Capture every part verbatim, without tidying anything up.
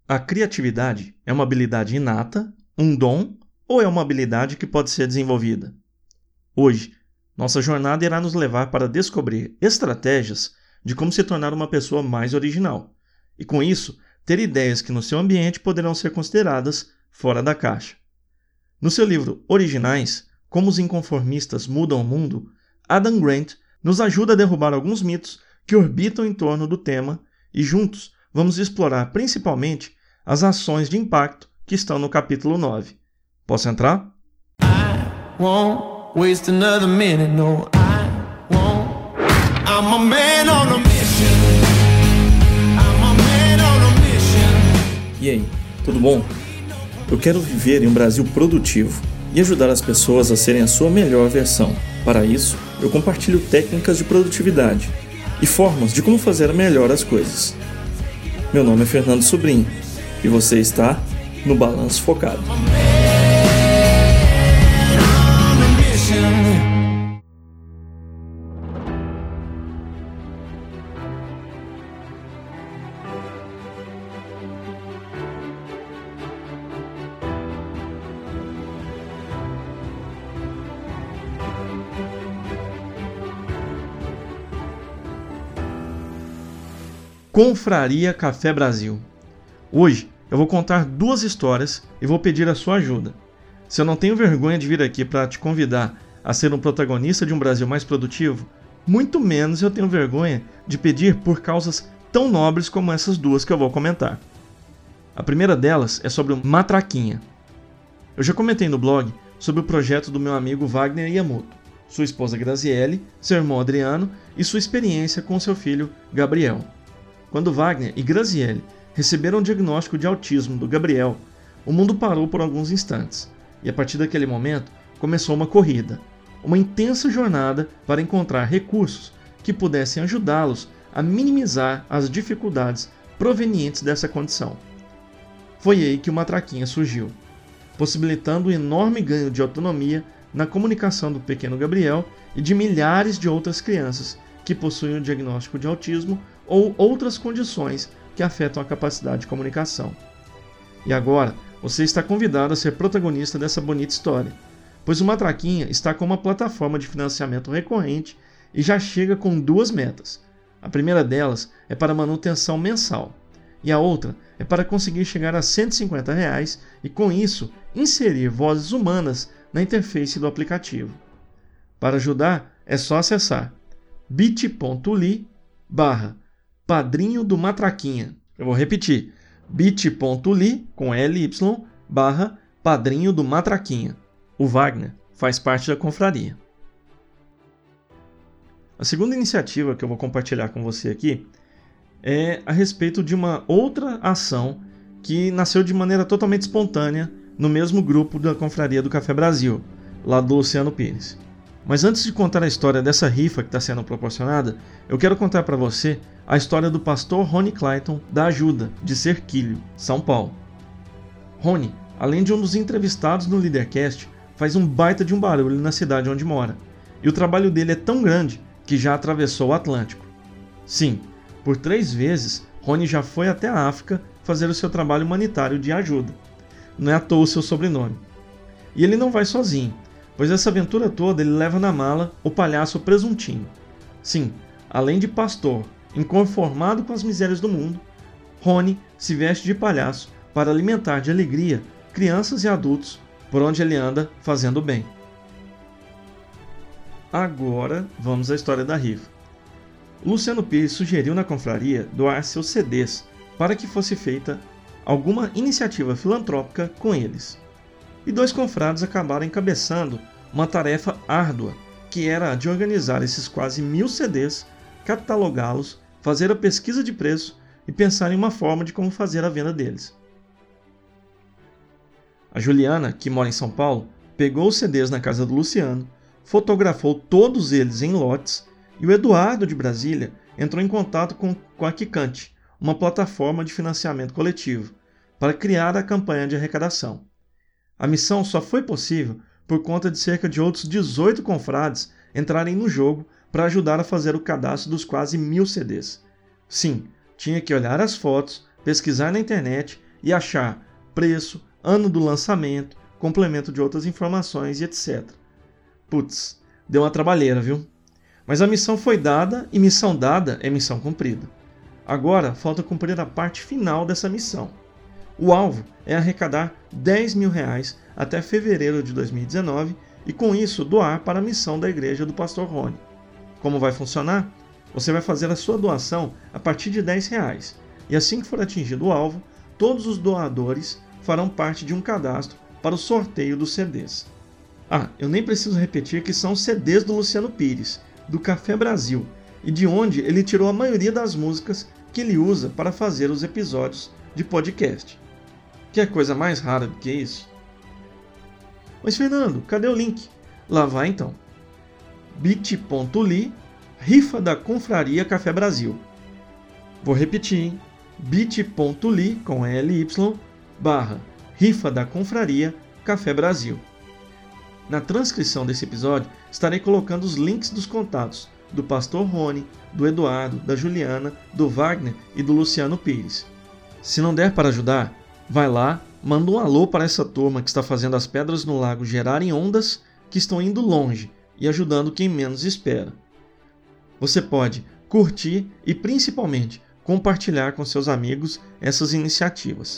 A criatividade é uma habilidade inata, um dom ou é uma habilidade que pode ser desenvolvida? Hoje, nossa jornada irá nos levar para descobrir estratégias de como se tornar uma pessoa mais original e, com isso, ter ideias que no seu ambiente poderão ser consideradas fora da caixa. No seu livro Originais, Como os Inconformistas Mudam o Mundo, Adam Grant nos ajuda a derrubar alguns mitos que orbitam em torno do tema e juntos vamos explorar principalmente as ações de impacto que estão no capítulo nove. Posso entrar? I won't waste another minute, no, I won't. I'm a man on a mission. I'm a man on a mission. E aí, tudo bom? Eu quero viver em um Brasil produtivo e ajudar as pessoas a serem a sua melhor versão. Para isso, eu compartilho técnicas de produtividade e formas de como fazer melhor as coisas. Meu nome é Fernando Sobrinho e você está no Balanço Focado. Confraria Café Brasil. Hoje eu vou contar duas histórias e vou pedir a sua ajuda. Se eu não tenho vergonha de vir aqui para te convidar a ser um protagonista de um Brasil mais produtivo, muito menos eu tenho vergonha de pedir por causas tão nobres como essas duas que eu vou comentar. A primeira delas é sobre o Matraquinha. Eu já comentei no blog sobre o projeto do meu amigo Wagner Iamoto, sua esposa Graziele, seu irmão Adriano e sua experiência com seu filho Gabriel. Quando Wagner e Graziele receberam o diagnóstico de autismo do Gabriel, o mundo parou por alguns instantes, e a partir daquele momento começou uma corrida, uma intensa jornada para encontrar recursos que pudessem ajudá-los a minimizar as dificuldades provenientes dessa condição. Foi aí que o Matraquinha surgiu, possibilitando um enorme ganho de autonomia na comunicação do pequeno Gabriel e de milhares de outras crianças que possuem o diagnóstico de autismo ou outras condições que afetam a capacidade de comunicação. E agora, você está convidado a ser protagonista dessa bonita história, pois o Matraquinha está com uma plataforma de financiamento recorrente e já chega com duas metas. A primeira delas é para manutenção mensal, e a outra é para conseguir chegar a cento e cinquenta reais e, com isso, inserir vozes humanas na interface do aplicativo. Para ajudar, é só acessar bit.ly barra Padrinho do Matraquinha. Eu vou repetir, bit.ly com ly barra Padrinho do Matraquinha. O Wagner faz parte da confraria. A segunda iniciativa que eu vou compartilhar com você aqui é a respeito de uma outra ação que nasceu de maneira totalmente espontânea no mesmo grupo da Confraria do Café Brasil, lá do Luciano Pires. Mas antes de contar a história dessa rifa que está sendo proporcionada, eu quero contar para você a história do pastor Rony Clayton da Ajuda, de Serquilho, São Paulo. Rony, além de um dos entrevistados no Leadercast, faz um baita de um barulho na cidade onde mora, e o trabalho dele é tão grande que já atravessou o Atlântico. Sim, por três vezes, Rony já foi até a África fazer o seu trabalho humanitário de ajuda. Não é à toa o seu sobrenome. E ele não vai sozinho, pois essa aventura toda ele leva na mala o palhaço Presuntinho. Sim, além de pastor, inconformado com as misérias do mundo, Rony se veste de palhaço para alimentar de alegria crianças e adultos por onde ele anda fazendo bem. Agora vamos à história da rifa. O Luciano Pires sugeriu na confraria doar seus C Ds para que fosse feita alguma iniciativa filantrópica com eles. E dois confrados acabaram encabeçando uma tarefa árdua, que era a de organizar esses quase mil C Ds, catalogá-los, fazer a pesquisa de preço e pensar em uma forma de como fazer a venda deles. A Juliana, que mora em São Paulo, pegou os C Ds na casa do Luciano, fotografou todos eles em lotes e o Eduardo, de Brasília, entrou em contato com, com a Kikante, uma plataforma de financiamento coletivo, para criar a campanha de arrecadação. A missão só foi possível por conta de cerca de outros dezoito confrades entrarem no jogo para ajudar a fazer o cadastro dos quase mil C Ds. Sim, tinha que olhar as fotos, pesquisar na internet e achar preço, ano do lançamento, complemento de outras informações e etcétera. Putz, deu uma trabalheira, viu? Mas a missão foi dada e missão dada é missão cumprida. Agora falta cumprir a parte final dessa missão. O alvo é arrecadar dez mil reais até fevereiro de dois mil e dezenove e com isso doar para a missão da igreja do pastor Rony. Como vai funcionar? Você vai fazer a sua doação a partir de dez reais e assim que for atingido o alvo, todos os doadores farão parte de um cadastro para o sorteio dos C Ds. Ah, eu nem preciso repetir que são C Ds do Luciano Pires, do Café Brasil, e de onde ele tirou a maioria das músicas que ele usa para fazer os episódios de podcast. Quer coisa mais rara do que isso? Mas Fernando, cadê o link? Lá vai então. bit.ly Rifa da Confraria Café Brasil. Vou repetir, hein? bit.ly com ly barra Rifa da Confraria Café Brasil. Na transcrição desse episódio estarei colocando os links dos contatos do pastor Rony, do Eduardo, da Juliana, do Wagner e do Luciano Pires. Se não der para ajudar, vai lá, manda um alô para essa turma que está fazendo as pedras no lago gerarem ondas que estão indo longe e ajudando quem menos espera. Você pode curtir e principalmente compartilhar com seus amigos essas iniciativas.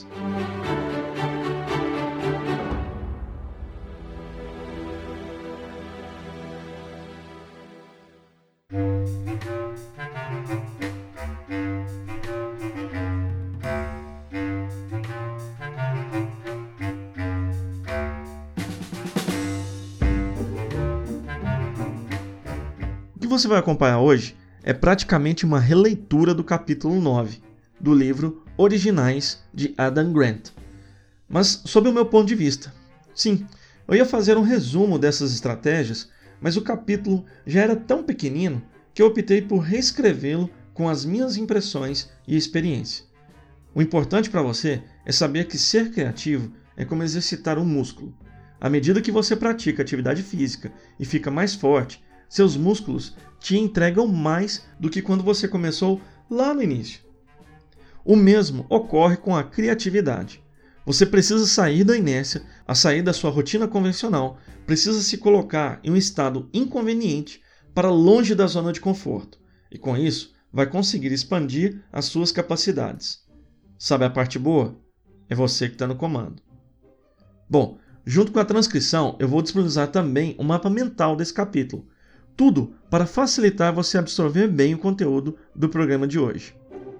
O que você vai acompanhar hoje é praticamente uma releitura do capítulo nove do livro Originais de Adam Grant, mas sob o meu ponto de vista. Sim, eu ia fazer um resumo dessas estratégias, mas o capítulo já era tão pequenino que eu optei por reescrevê-lo com as minhas impressões e experiência. O importante para você é saber que ser criativo é como exercitar um músculo. À medida que você pratica atividade física e fica mais forte, seus músculos te entregam mais do que quando você começou lá no início. O mesmo ocorre com a criatividade. Você precisa sair da inércia, a sair da sua rotina convencional, precisa se colocar em um estado inconveniente para longe da zona de conforto, e com isso vai conseguir expandir as suas capacidades. Sabe a parte boa? É você que está no comando. Bom, junto com a transcrição, eu vou disponibilizar também o mapa mental desse capítulo. Tudo para facilitar você absorver bem o conteúdo do programa de hoje.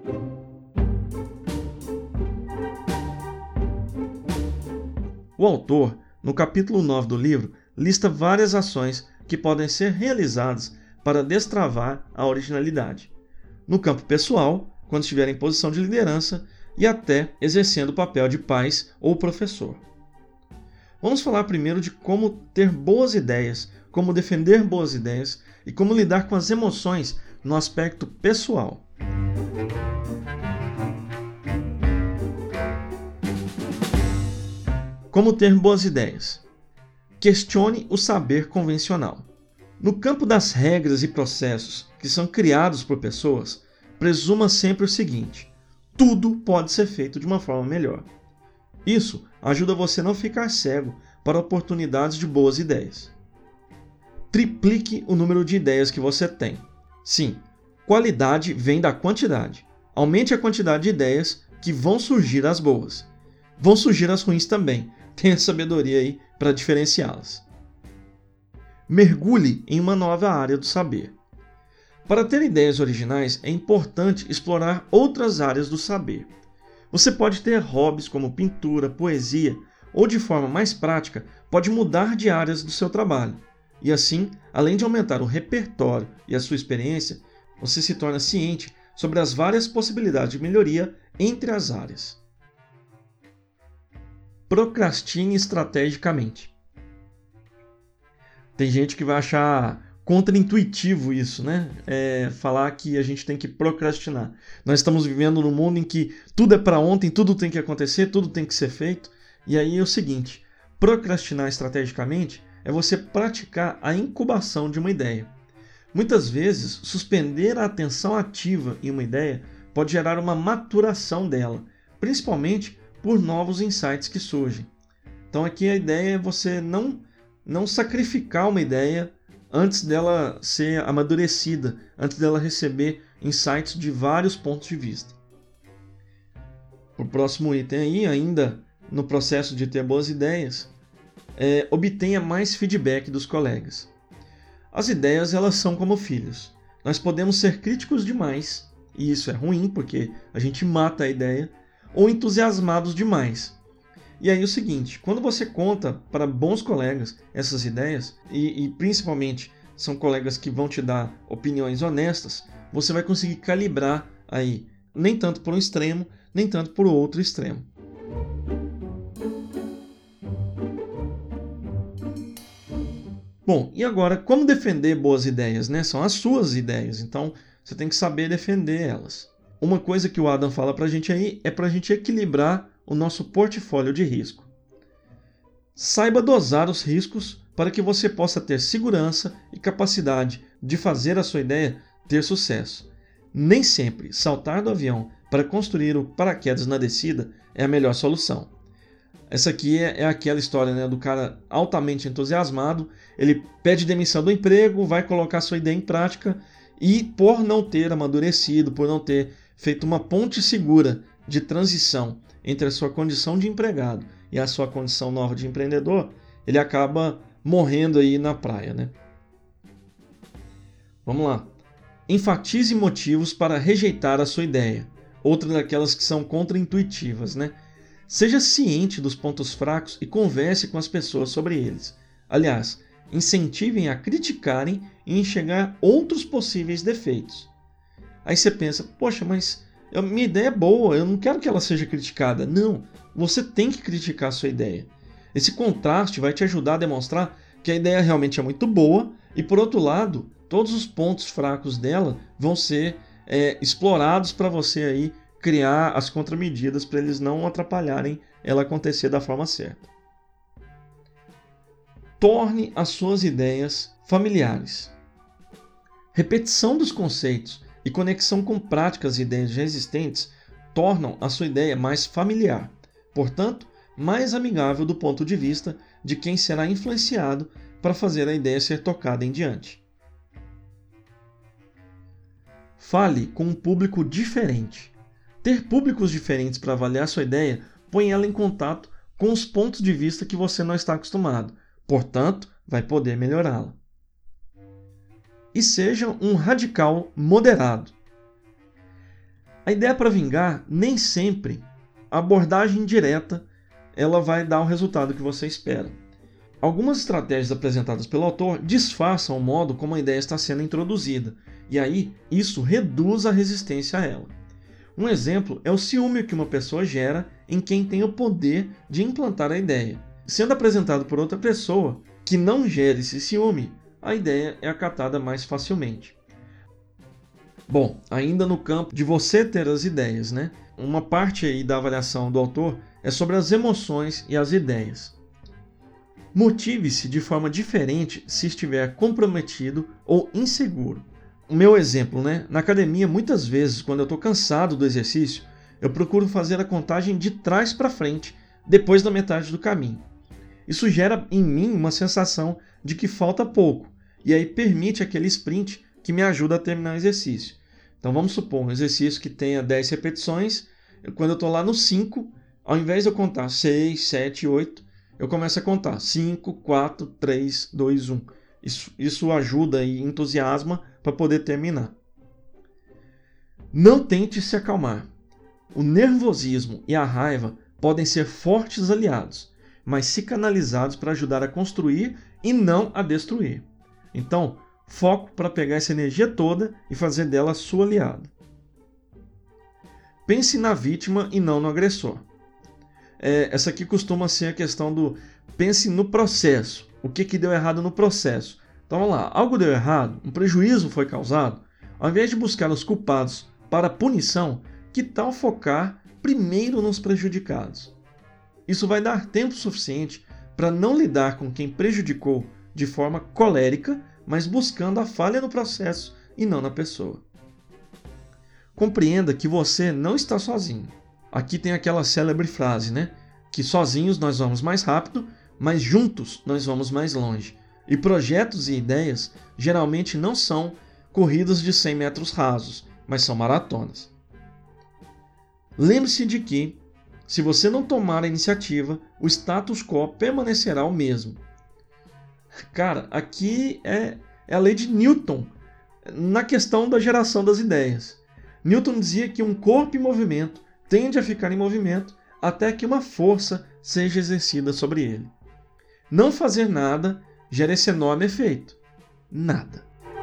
O autor, no capítulo nove do livro, lista várias ações que podem ser realizadas para destravar a originalidade. No campo pessoal, quando estiver em posição de liderança e até exercendo o papel de pais ou professor. Vamos falar primeiro de como ter boas ideias, como defender boas ideias e como lidar com as emoções no aspecto pessoal. Como ter boas ideias? Questione o saber convencional. No campo das regras e processos que são criados por pessoas, presuma sempre o seguinte: tudo pode ser feito de uma forma melhor. Isso ajuda você a não ficar cego para oportunidades de boas ideias. Triplique o número de ideias que você tem. Sim, qualidade vem da quantidade. Aumente a quantidade de ideias que vão surgir as boas. Vão surgir as ruins também. Tenha sabedoria aí para diferenciá-las. Mergulhe em uma nova área do saber. Para ter ideias originais, é importante explorar outras áreas do saber. Você pode ter hobbies como pintura, poesia, ou de forma mais prática, pode mudar de áreas do seu trabalho. E assim, além de aumentar o repertório e a sua experiência, você se torna ciente sobre as várias possibilidades de melhoria entre as áreas. Procrastine estrategicamente. Tem gente que vai achar contraintuitivo isso, né? É falar que a gente tem que procrastinar. Nós estamos vivendo num mundo em que tudo é para ontem, tudo tem que acontecer, tudo tem que ser feito. E aí é o seguinte, procrastinar estrategicamente é você praticar a incubação de uma ideia. Muitas vezes, suspender a atenção ativa em uma ideia pode gerar uma maturação dela, principalmente por novos insights que surgem. Então aqui a ideia é você não, não sacrificar uma ideia antes dela ser amadurecida, antes dela receber insights de vários pontos de vista. O próximo item aí, ainda no processo de ter boas ideias, é, obtenha mais feedback dos colegas. As ideias, elas são como filhos. Nós podemos ser críticos demais, e isso é ruim porque a gente mata a ideia, ou entusiasmados demais. E aí o seguinte, quando você conta para bons colegas essas ideias, e, e principalmente são colegas que vão te dar opiniões honestas, você vai conseguir calibrar aí, nem tanto por um extremo, nem tanto por outro extremo. Bom, e agora, como defender boas ideias, né? São as suas ideias, então você tem que saber defender elas. Uma coisa que o Adam fala pra gente aí é pra gente equilibrar o nosso portfólio de risco. Saiba dosar os riscos para que você possa ter segurança e capacidade de fazer a sua ideia ter sucesso. Nem sempre saltar do avião para construir o paraquedas na descida é a melhor solução. Essa aqui é, é aquela história, né, do cara altamente entusiasmado, ele pede demissão do emprego, vai colocar sua ideia em prática e, por não ter amadurecido, por não ter feito uma ponte segura de transição entre a sua condição de empregado e a sua condição nova de empreendedor, ele acaba morrendo aí na praia, né? Vamos lá. Enfatize motivos para rejeitar a sua ideia. Outra daquelas que são contraintuitivas, né? Seja ciente dos pontos fracos e converse com as pessoas sobre eles. Aliás, incentivem a criticarem e enxergar outros possíveis defeitos. Aí você pensa, poxa, mas eu, minha ideia é boa, eu não quero que ela seja criticada. Não, você tem que criticar a sua ideia. Esse contraste vai te ajudar a demonstrar que a ideia realmente é muito boa e, por outro lado, todos os pontos fracos dela vão ser é, explorados para você aí criar as contramedidas para eles não atrapalharem ela acontecer da forma certa. Torne as suas ideias familiares. Repetição dos conceitos e conexão com práticas e ideias já existentes tornam a sua ideia mais familiar, portanto, mais amigável do ponto de vista de quem será influenciado para fazer a ideia ser tocada em diante. Fale com um público diferente. Ter públicos diferentes para avaliar sua ideia põe ela em contato com os pontos de vista que você não está acostumado, portanto, vai poder melhorá-la. E seja um radical moderado. A ideia para vingar, nem sempre a abordagem direta ela vai dar o resultado que você espera. Algumas estratégias apresentadas pelo autor disfarçam o modo como a ideia está sendo introduzida, e aí isso reduz a resistência a ela. Um exemplo é o ciúme que uma pessoa gera em quem tem o poder de implantar a ideia. Sendo apresentado por outra pessoa que não gere esse ciúme, a ideia é acatada mais facilmente. Bom, ainda no campo de você ter as ideias, né? Uma parte aí da avaliação do autor é sobre as emoções e as ideias. Motive-se de forma diferente se estiver comprometido ou inseguro. O meu exemplo, né? Na academia, muitas vezes, quando eu estou cansado do exercício, eu procuro fazer a contagem de trás para frente, depois da metade do caminho. Isso gera em mim uma sensação de que falta pouco, e aí permite aquele sprint que me ajuda a terminar o exercício. Então vamos supor um exercício que tenha dez repetições, quando eu estou lá no cinco, ao invés de eu contar seis, sete, oito, eu começo a contar cinco, quatro, três, dois, um. Isso, isso ajuda e entusiasma para poder terminar. Não tente se acalmar. O nervosismo e a raiva podem ser fortes aliados, mas se canalizados para ajudar a construir e não a destruir. Então, foco para pegar essa energia toda e fazer dela sua aliada. Pense na vítima e não no agressor. É, essa aqui costuma ser a questão do pense no processo. O que, que deu errado no processo? Então vamos lá, algo deu errado, um prejuízo foi causado. Ao invés de buscar os culpados para punição, que tal focar primeiro nos prejudicados? Isso vai dar tempo suficiente para não lidar com quem prejudicou de forma colérica, mas buscando a falha no processo e não na pessoa. Compreenda que você não está sozinho. Aqui tem aquela célebre frase, né? Que sozinhos nós vamos mais rápido, mas juntos nós vamos mais longe. E projetos e ideias geralmente não são corridas de cem metros rasos, mas são maratonas. Lembre-se de que, se você não tomar a iniciativa, o status quo permanecerá o mesmo. Cara, aqui é, é a lei de Newton na questão da geração das ideias. Newton dizia que um corpo em movimento tende a ficar em movimento até que uma força seja exercida sobre ele. Não fazer nada gera esse enorme efeito. Nada.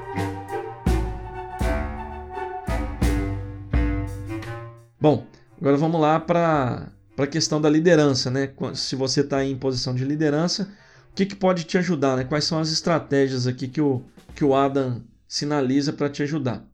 Bom, agora vamos lá para a questão da liderança, né? Se você está em posição de liderança, o que, que pode te ajudar, né? Quais são as estratégias aqui que o, que o Adam sinaliza para te ajudar?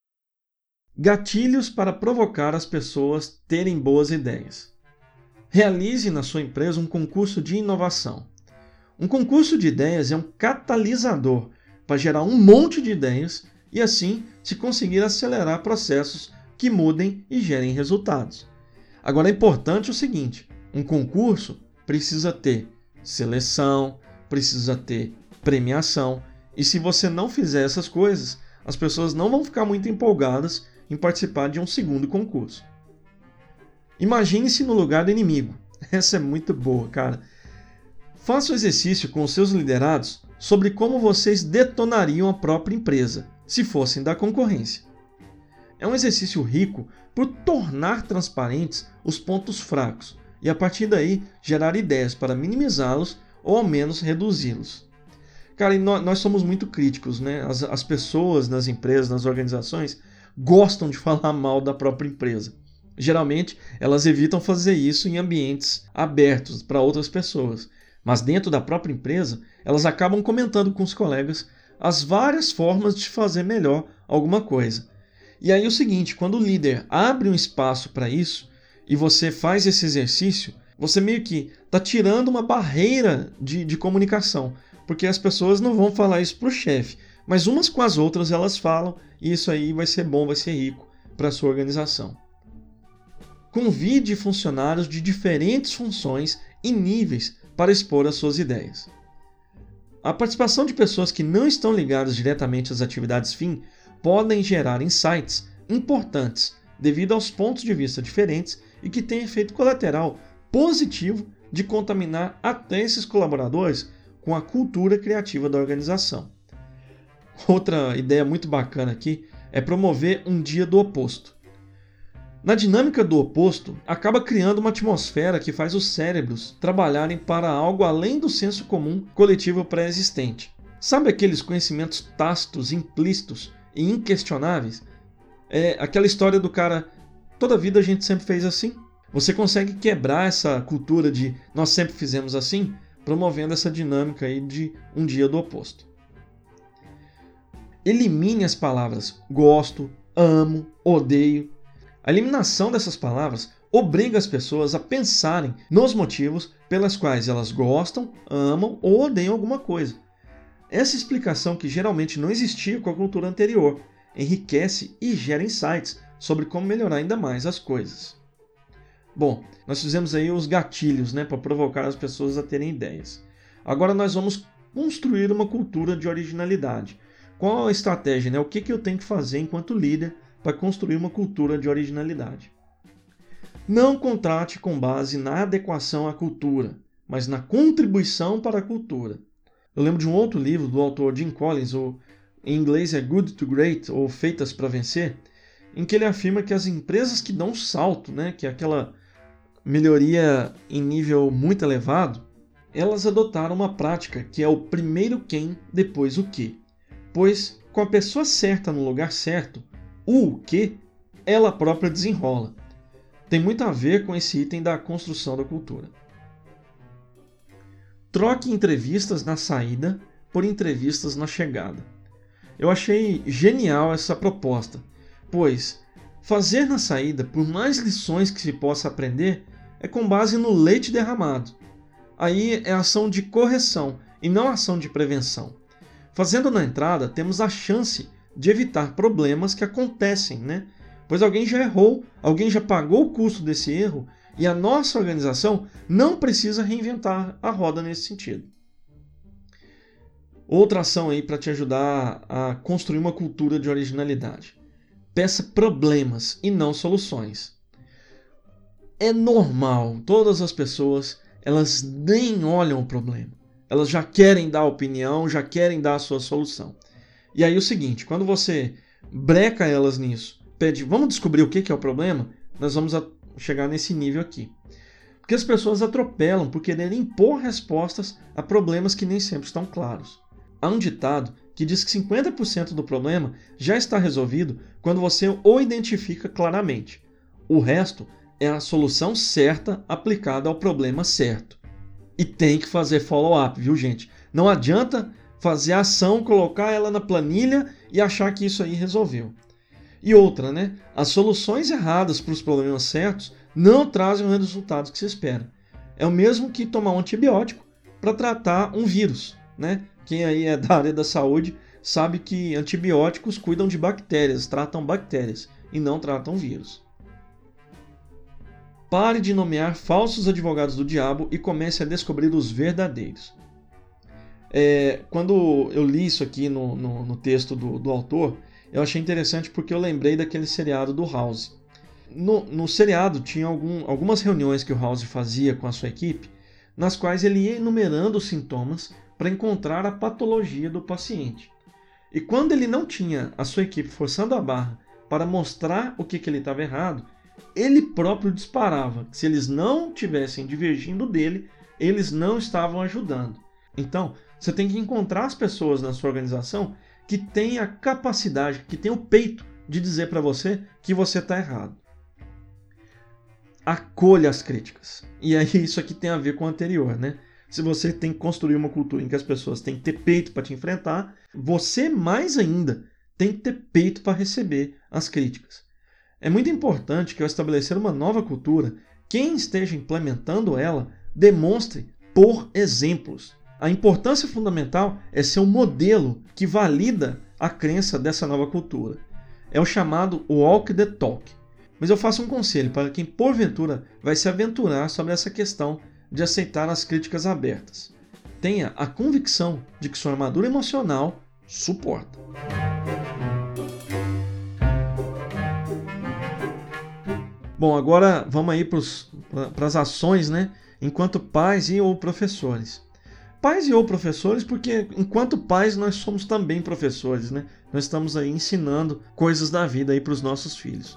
Gatilhos para provocar as pessoas terem boas ideias. Realize na sua empresa um concurso de inovação. Um concurso de ideias é um catalisador para gerar um monte de ideias e assim se conseguir acelerar processos que mudem e gerem resultados. Agora é importante o seguinte, um concurso precisa ter seleção, precisa ter premiação, e se você não fizer essas coisas, as pessoas não vão ficar muito empolgadas em participar de um segundo concurso. Imagine-se no lugar do inimigo. Essa é muito boa, cara. Faça o exercício com os seus liderados sobre como vocês detonariam a própria empresa, se fossem da concorrência. É um exercício rico por tornar transparentes os pontos fracos e, a partir daí, gerar ideias para minimizá-los ou, ao menos, reduzi-los. Cara, e nós somos muito críticos, né? As, as pessoas nas empresas, nas organizações, gostam de falar mal da própria empresa. Geralmente, elas evitam fazer isso em ambientes abertos para outras pessoas. Mas dentro da própria empresa, elas acabam comentando com os colegas as várias formas de fazer melhor alguma coisa. E aí é o seguinte, quando o líder abre um espaço para isso e você faz esse exercício, você meio que está tirando uma barreira de, de comunicação, porque as pessoas não vão falar isso para o chefe, mas umas com as outras elas falam e isso aí vai ser bom, vai ser rico para a sua organização. Convide funcionários de diferentes funções e níveis para expor as suas ideias. A participação de pessoas que não estão ligadas diretamente às atividades fim podem gerar insights importantes devido aos pontos de vista diferentes e que têm efeito colateral positivo de contaminar até esses colaboradores com a cultura criativa da organização. Outra ideia muito bacana aqui é promover um dia do oposto. Na dinâmica do oposto, acaba criando uma atmosfera que faz os cérebros trabalharem para algo além do senso comum coletivo pré-existente. Sabe aqueles conhecimentos tácitos, implícitos e inquestionáveis? É aquela história do cara, toda a vida a gente sempre fez assim. Você consegue quebrar essa cultura de nós sempre fizemos assim, promovendo essa dinâmica aí de um dia do oposto. Elimine as palavras gosto, amo, odeio. A eliminação dessas palavras obriga as pessoas a pensarem nos motivos pelas quais elas gostam, amam ou odeiam alguma coisa. Essa explicação, que geralmente não existia com a cultura anterior, enriquece e gera insights sobre como melhorar ainda mais as coisas. Bom, nós fizemos aí os gatilhos, né, para provocar as pessoas a terem ideias. Agora nós vamos construir uma cultura de originalidade. Qual a estratégia, né? O que, que eu tenho que fazer enquanto líder para construir uma cultura de originalidade? Não contrate com base na adequação à cultura, mas na contribuição para a cultura. Eu lembro de um outro livro do autor Jim Collins, ou, em inglês é Good to Great, ou Feitas para Vencer, em que ele afirma que as empresas que dão um salto, né, que é aquela melhoria em nível muito elevado, elas adotaram uma prática que é o primeiro quem, depois o que. Pois, com a pessoa certa no lugar certo, o que ela própria desenrola. Tem muito a ver com esse item da construção da cultura. Troque entrevistas na saída por entrevistas na chegada. Eu achei genial essa proposta, pois fazer na saída, por mais lições que se possa aprender, é com base no leite derramado. Aí é ação de correção e não ação de prevenção. Fazendo na entrada, temos a chance de evitar problemas que acontecem, né? pois alguém já errou, alguém já pagou o custo desse erro e a nossa organização não precisa reinventar a roda nesse sentido. Outra ação aí para te ajudar a construir uma cultura de originalidade. Peça problemas e não soluções. É normal, todas as pessoas, elas nem olham o problema. Elas já querem dar opinião, já querem dar a sua solução. E aí o seguinte, quando você breca elas nisso, pede, vamos descobrir o que é o problema, nós vamos chegar nesse nível aqui. Porque as pessoas atropelam por querer impor respostas a problemas que nem sempre estão claros. Há um ditado que diz que cinquenta por cento do problema já está resolvido quando você o identifica claramente. O resto é a solução certa aplicada ao problema certo. E tem que fazer follow-up, viu, gente? Não adianta fazer a ação, colocar ela na planilha e achar que isso aí resolveu. E outra, né? As soluções erradas para os problemas certos não trazem os resultados que se espera. É o mesmo que tomar um antibiótico para tratar um vírus, né? Quem aí é da área da saúde sabe que antibióticos cuidam de bactérias, tratam bactérias e não tratam vírus. Pare de nomear falsos advogados do diabo e comece a descobrir os verdadeiros. É, quando eu li isso aqui no, no, no texto do, do autor, eu achei interessante porque eu lembrei daquele seriado do House. No, no seriado tinha algum, algumas reuniões que o House fazia com a sua equipe, nas quais ele ia enumerando os sintomas para encontrar a patologia do paciente. E quando ele não tinha a sua equipe forçando a barra para mostrar o que, que ele estava errado, ele próprio disparava que se eles não tivessem divergindo dele, eles não estavam ajudando. Então, você tem que encontrar as pessoas na sua organização que têm a capacidade, que têm o peito de dizer para você que você está errado. Acolha as críticas. E aí isso aqui tem a ver com o anterior, né? Se você tem que construir uma cultura em que as pessoas têm que ter peito para te enfrentar, você mais ainda tem que ter peito para receber as críticas. É muito importante que ao estabelecer uma nova cultura, quem esteja implementando ela demonstre por exemplos. A importância fundamental é ser um modelo que valida a crença dessa nova cultura. É o chamado walk the talk. Mas eu faço um conselho para quem porventura vai se aventurar sobre essa questão de aceitar as críticas abertas. Tenha a convicção de que sua armadura emocional suporta. Bom, agora vamos aí para as ações, né? Enquanto pais e ou professores. Pais e ou professores, porque enquanto pais nós somos também professores, né? Nós estamos aí ensinando coisas da vida aí para os nossos filhos.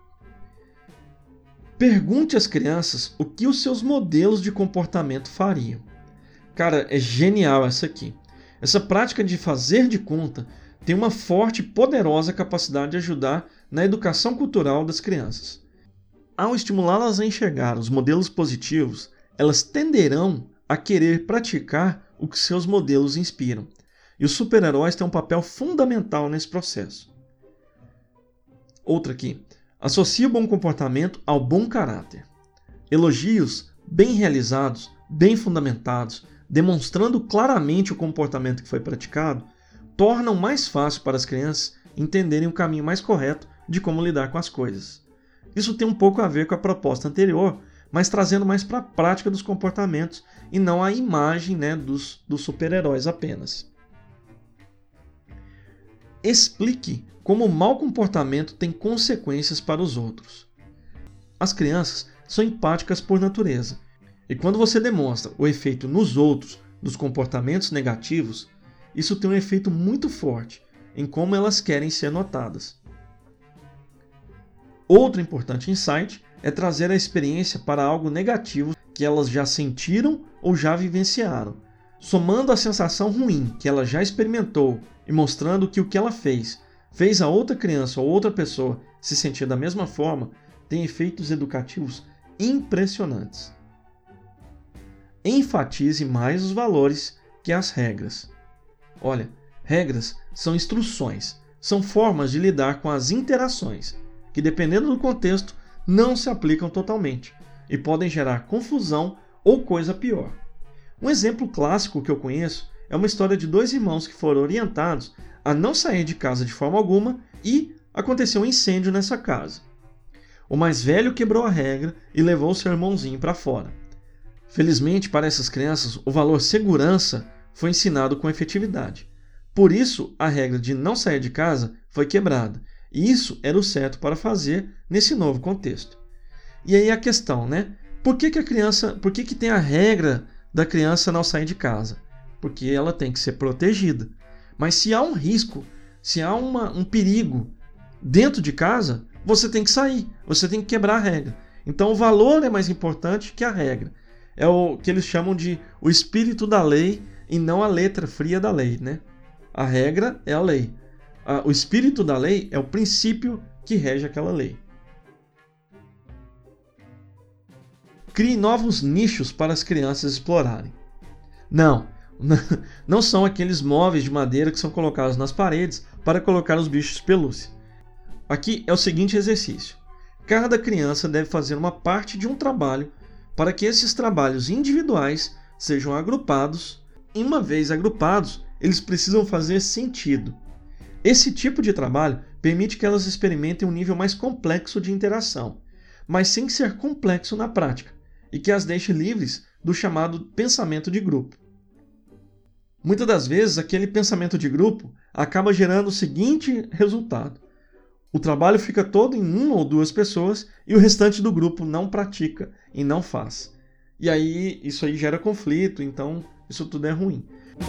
Pergunte às crianças o que os seus modelos de comportamento fariam. Cara, é genial essa aqui. Essa prática de fazer de conta tem uma forte e poderosa capacidade de ajudar na educação cultural das crianças. Ao estimulá-las a enxergar os modelos positivos, elas tenderão a querer praticar o que seus modelos inspiram. E os super-heróis têm um papel fundamental nesse processo. Outra aqui. Associe o bom comportamento ao bom caráter. Elogios bem realizados, bem fundamentados, demonstrando claramente o comportamento que foi praticado, tornam mais fácil para as crianças entenderem o caminho mais correto de como lidar com as coisas. Isso tem um pouco a ver com a proposta anterior, mas trazendo mais para a prática dos comportamentos e não a imagem, né, dos, dos super-heróis apenas. Explique como o mau comportamento tem consequências para os outros. As crianças são empáticas por natureza, e quando você demonstra o efeito nos outros dos comportamentos negativos, isso tem um efeito muito forte em como elas querem ser notadas. Outro importante insight é trazer a experiência para algo negativo que elas já sentiram ou já vivenciaram, somando a sensação ruim que ela já experimentou e mostrando que o que ela fez fez a outra criança ou outra pessoa se sentir da mesma forma, tem efeitos educativos impressionantes. Enfatize mais os valores que as regras. Olha, regras são instruções, são formas de lidar com as interações, que dependendo do contexto, não se aplicam totalmente e podem gerar confusão ou coisa pior. Um exemplo clássico que eu conheço é uma história de dois irmãos que foram orientados a não sair de casa de forma alguma e aconteceu um incêndio nessa casa. O mais velho quebrou a regra e levou o seu irmãozinho para fora. Felizmente, para essas crianças, o valor segurança foi ensinado com efetividade. Por isso, a regra de não sair de casa foi quebrada. E isso era o certo para fazer nesse novo contexto. E aí a questão, né? Por que que a criança, por que que tem a regra da criança não sair de casa? Porque ela tem que ser protegida. Mas se há um risco, se há uma, um perigo dentro de casa, você tem que sair, você tem que quebrar a regra. Então o valor é mais importante que a regra. É o que eles chamam de o espírito da lei e não a letra fria da lei, né? A regra é a lei. O espírito da lei é o princípio que rege aquela lei. Crie novos nichos para as crianças explorarem. Não, não são aqueles móveis de madeira que são colocados nas paredes para colocar os bichos de pelúcia. Aqui é o seguinte exercício. Cada criança deve fazer uma parte de um trabalho para que esses trabalhos individuais sejam agrupados. E uma vez agrupados, eles precisam fazer sentido. Esse tipo de trabalho permite que elas experimentem um nível mais complexo de interação, mas sem ser complexo na prática, e que as deixe livres do chamado pensamento de grupo. Muitas das vezes, aquele pensamento de grupo acaba gerando o seguinte resultado. O trabalho fica todo em uma ou duas pessoas e o restante do grupo não pratica e não faz. E aí isso aí gera conflito, então isso tudo é ruim.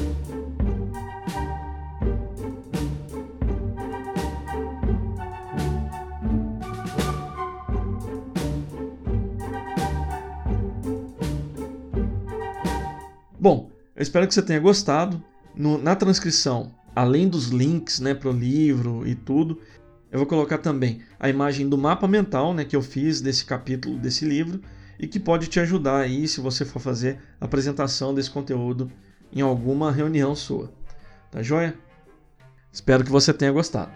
Bom, eu espero que você tenha gostado. No, na transcrição, além dos links, né, para o livro e tudo, eu vou colocar também a imagem do mapa mental, né, que eu fiz desse capítulo desse livro e que pode te ajudar aí se você for fazer a apresentação desse conteúdo em alguma reunião sua. Tá joia? Espero que você tenha gostado.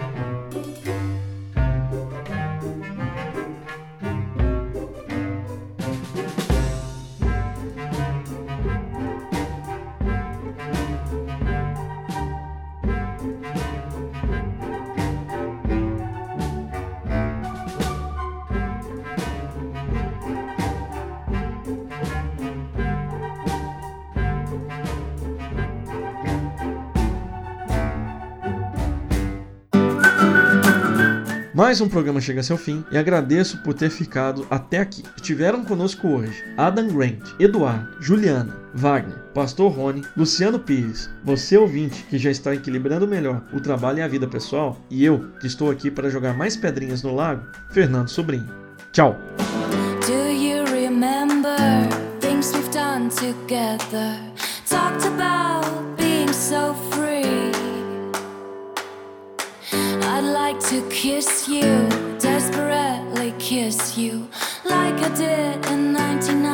Mais um programa chega a seu fim e agradeço por ter ficado até aqui. Estiveram conosco hoje Adam Grant, Eduardo, Juliana, Wagner, Pastor Rony, Luciano Pires, você ouvinte que já está equilibrando melhor o trabalho e a vida pessoal, e eu que estou aqui para jogar mais pedrinhas no lago, Fernando Sobrinho. Tchau! Do you remember things we've done together? Talked about being so free. I'd like to kiss you, desperately kiss you, like I did in nineteen ninety-three.